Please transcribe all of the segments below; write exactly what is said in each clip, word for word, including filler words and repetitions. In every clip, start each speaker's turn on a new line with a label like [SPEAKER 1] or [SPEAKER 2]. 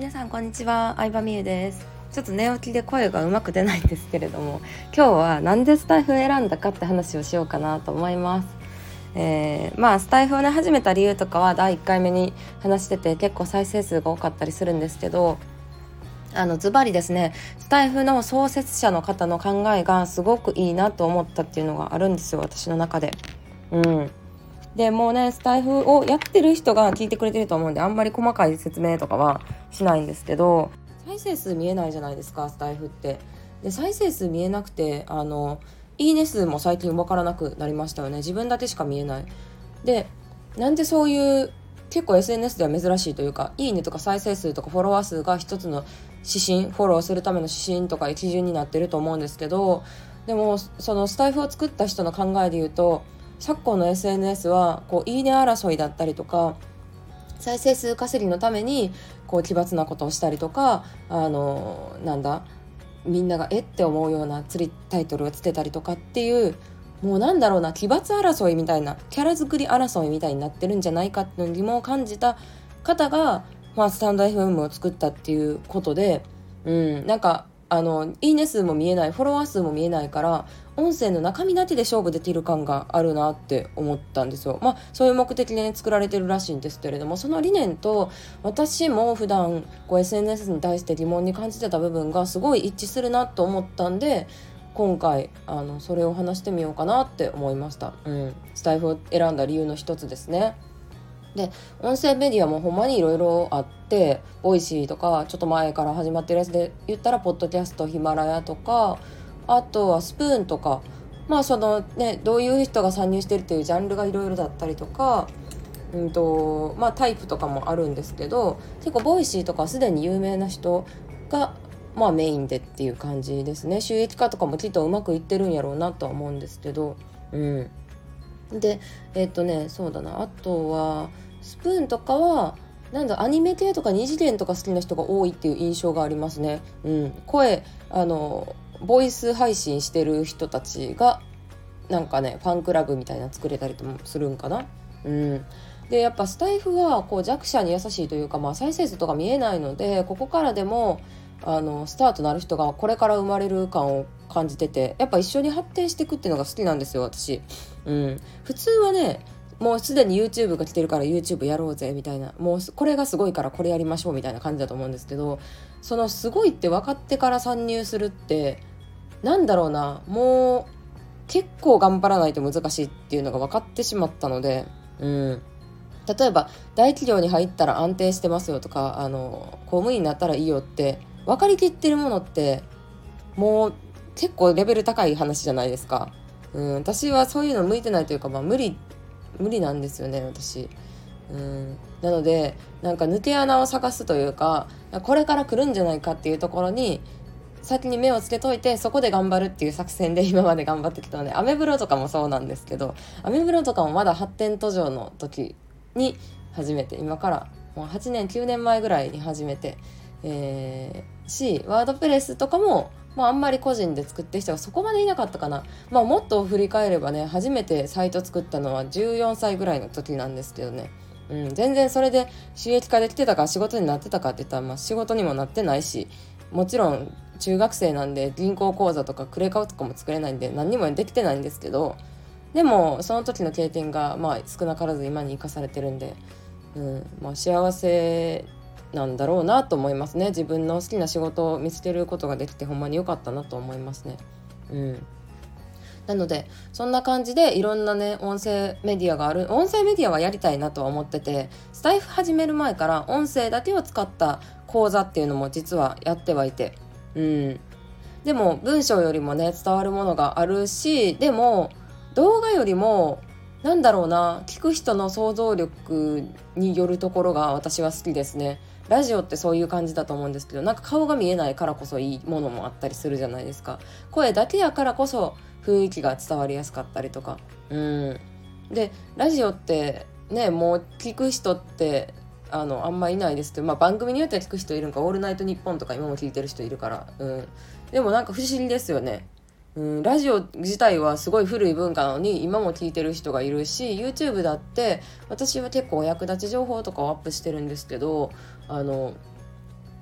[SPEAKER 1] 皆さんこんにちは、相葉美優です。ちょっと寝起きで声がうまく出ないんですけれども、今日はなんでスタイフを選んだかって話をしようかなと思います。えー、まあスタイフをね始めた理由とかはだいいっかいめに話してて結構再生数が多かったりするんですけど、あのズバリですね、スタイフの創設者の方の考えがすごくいいなと思ったっていうのがあるんですよ、私の中で。うんでもうね、スタイフをやってる人が聞いてくれてると思うんで、あんまり細かい説明とかはしないんですけど、再生数見えないじゃないですか、スタイフって。で再生数見えなくて、あのいいね数も最近分からなくなりましたよね。自分だけしか見えない。でなんでそういう、結構 エスエヌエス では珍しいというか、いいねとか再生数とかフォロワー数が一つの指針、フォローするための指針とか基準になってると思うんですけど、でもそのスタイフを作った人の考えで言うと、昨今の エスエヌエス はこういいね争いだったりとか、再生数稼ぎのためにこう奇抜なことをしたりとか、あのなんだみんながえって思うような釣りタイトルをつけたりとかっていう、もうなんだろうな、奇抜争いみたいな、キャラ作り争いみたいになってるんじゃないかっていう疑問を感じた方が、まあ、スタンド エフエム を作ったっていうことで、うん、なんかあのいいね数も見えない、フォロワー数も見えないから、音声の中身だけで勝負できる感があるなって思ったんですよ。まあそういう目的で、ね、作られてるらしいんですけれども、その理念と私も普段こう エスエヌエス に対して疑問に感じてた部分がすごい一致するなと思ったんで、今回あのそれを話してみようかなって思いました。うん、スタイフを選んだ理由の一つですね。で音声メディアもほんまにいろいろあって、ボイシーとかちょっと前から始まってるやつで言ったらポッドキャストヒマラヤとか、あとはスプーンとか、まあそのね、どういう人が参入してるっていうジャンルがいろいろだったりとか、うんとまあタイプとかもあるんですけど、結構ボイシーとかすでに有名な人がまあメインでっていう感じですね。収益化とかもきっとうまくいってるんやろうなとは思うんですけど、うんでえっとねそうだな、あとはスプーンとかはなんだアニメ系とか二次元とか好きな人が多いっていう印象がありますね。うん、声あのボイス配信してる人たちがなんかねファンクラブみたいな作れたりともするんかな。うんでやっぱスタイフはこう弱者に優しいというか、まあ、再生数とか見えないので、ここからでもあのスタートなる人がこれから生まれる感を感じてて、やっぱ一緒に発展していくっていうのが好きなんですよ、私。うん、普通はね、もうすでに YouTube が来てるから YouTube やろうぜみたいな、もうこれがすごいからこれやりましょうみたいな感じだと思うんですけど、そのすごいって分かってから参入するって、なんだろうな、もう結構頑張らないと難しいっていうのが分かってしまったので、うん、例えば大企業に入ったら安定してますよとか、あの公務員になったらいいよって分かりきってるものって、もう結構レベル高い話じゃないですか。うん、私はそういうの向いてないというか、まあ、無理無理なんですよね、私。うん、なのでなんか抜け穴を探すというか、これから来るんじゃないかっていうところに先に目をつけといて、そこで頑張るっていう作戦で今まで頑張ってきたので、アメブロとかもそうなんですけど、アメブロとかもまだ発展途上の時に始めて、今からもうはちねんきゅうねんまえぐらいに始めて、えー、しワードプレスとかも、まあ、あんまり個人で作ってる人がそこまでいなかったかな。まあもっと振り返ればね、初めてサイト作ったのはじゅうよんさいぐらいの時なんですけどね。うん、全然それで収益化できてたか仕事になってたかって言ったら、まあ、仕事にもなってないし、もちろん中学生なんで銀行口座とかクレカとかも作れないんで何にもできてないんですけど、でもその時の経験がまあ少なからず今に生かされてるんで、うんまあ、幸せなんだろうなと思いますね。自分の好きな仕事を見つけることができてほんまに良かったなと思いますね。うんなのでそんな感じでいろんなね音声メディアがある。音声メディアはやりたいなとは思ってて、スタイフ始める前から音声だけを使った講座っていうのも実はやってはいて、うんでも文章よりもね伝わるものがあるし、でも動画よりもなんだろうな、聞く人の想像力によるところが私は好きですね。ラジオってそういう感じだと思うんですけど、なんか顔が見えないからこそいいものもあったりするじゃないですか。声だけやからこそ雰囲気が伝わりやすかったりとか、うんでラジオってね、もう聞く人ってあのあんまいないですけど、まあ、番組によっては聞く人いるんか、オールナイトニッポンとか今も聞いてる人いるから、うん、でもなんか不思議ですよね。うん、ラジオ自体はすごい古い文化なのに今も聞いてる人がいるし、 YouTube だって私は結構お役立ち情報とかをアップしてるんですけど、あの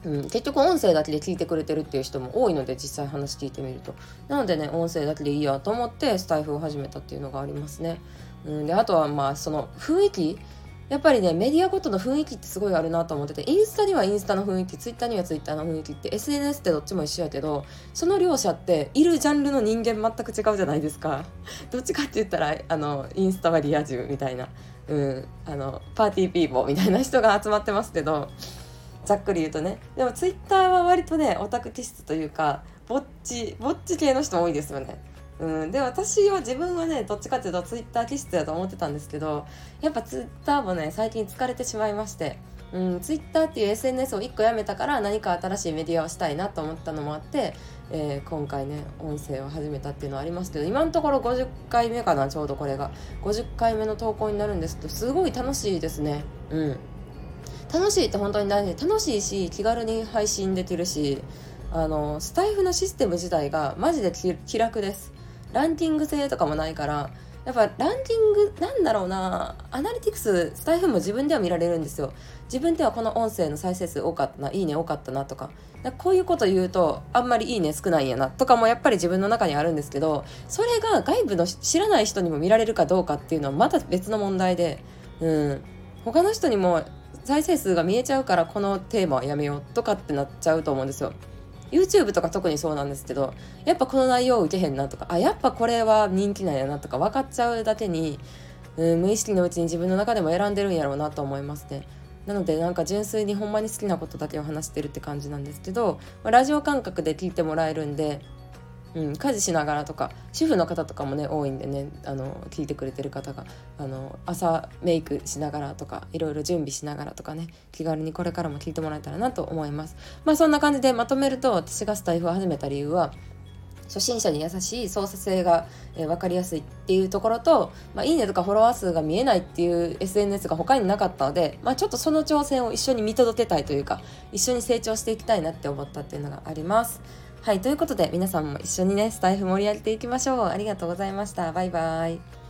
[SPEAKER 1] うん、結局音声だけで聞いてくれてるっていう人も多いので、実際話聞いてみると、なのでね音声だけでいいやと思ってスタイフを始めたっていうのがありますね。うん、であとはまあその雰囲気、やっぱりねメディアごとの雰囲気ってすごいあるなと思ってて、インスタにはインスタの雰囲気、ツイッターにはツイッターの雰囲気って、 エスエヌエス ってどっちも一緒やけど、その両者っているジャンルの人間全く違うじゃないですか。どっちかって言ったらあのインスタはリア充みたいな、うん、あのパーティーピーポーみたいな人が集まってますけど、ざっくり言うとね。でもツイッターは割とねオタク気質というか、ぼっちぼっち系の人も多いですよね。うん、で私は自分はねどっちかっていうとツイッター気質だと思ってたんですけど、やっぱツイッターもね最近疲れてしまいまして、うん、ツイッターっていう エスエヌエス をいっこやめたから、何か新しいメディアをしたいなと思ったのもあって、えー、今回ね音声を始めたっていうのはありますけど、今のところごじゅっかいめかな、ちょうどこれがごじゅっかいめの投稿になるんですけど、すごい楽しいですね。うん楽しいって本当に大事で、楽しいし気軽に配信できるし、あのスタイフのシステム自体がマジで気楽です。ランキング制とかもないから、やっぱランキングなんだろうな、アナリティクススタイフも自分では見られるんですよ。自分ではこの音声の再生数多かったな、いいね多かったなとか、こういうこと言うとあんまりいいね少ないんやなとかもやっぱり自分の中にあるんですけど、それが外部の知らない人にも見られるかどうかっていうのはまた別の問題で、うん他の人にも再生数が見えちゃうからこのテーマはやめようとかってなっちゃうと思うんですよ。 YouTube とか特にそうなんですけど、やっぱこの内容受けへんなとか、あやっぱこれは人気なんやなとか分かっちゃうだけに、うん無意識のうちに自分の中でも選んでるんやろうなと思いますね。なのでなんか純粋にほんまに好きなことだけを話してるって感じなんですけど、ラジオ感覚で聞いてもらえるんで、うん、家事しながらとか、主婦の方とかもね多いんでね、あの聞いてくれてる方があの朝メイクしながらとか、いろいろ準備しながらとかね、気軽にこれからも聞いてもらえたらなと思います。まあそんな感じでまとめると、私がスタイフを始めた理由は、初心者に優しい、操作性が、えー、分かりやすいっていうところと、まあ、いいねとかフォロワー数が見えないっていう エスエヌエス が他になかったので、まあ、ちょっとその挑戦を一緒に見届けたいというか、一緒に成長していきたいなって思ったっていうのがあります。はい、ということで皆さんも一緒にねスタイフ盛り上げていきましょう。ありがとうございました。バイバイ。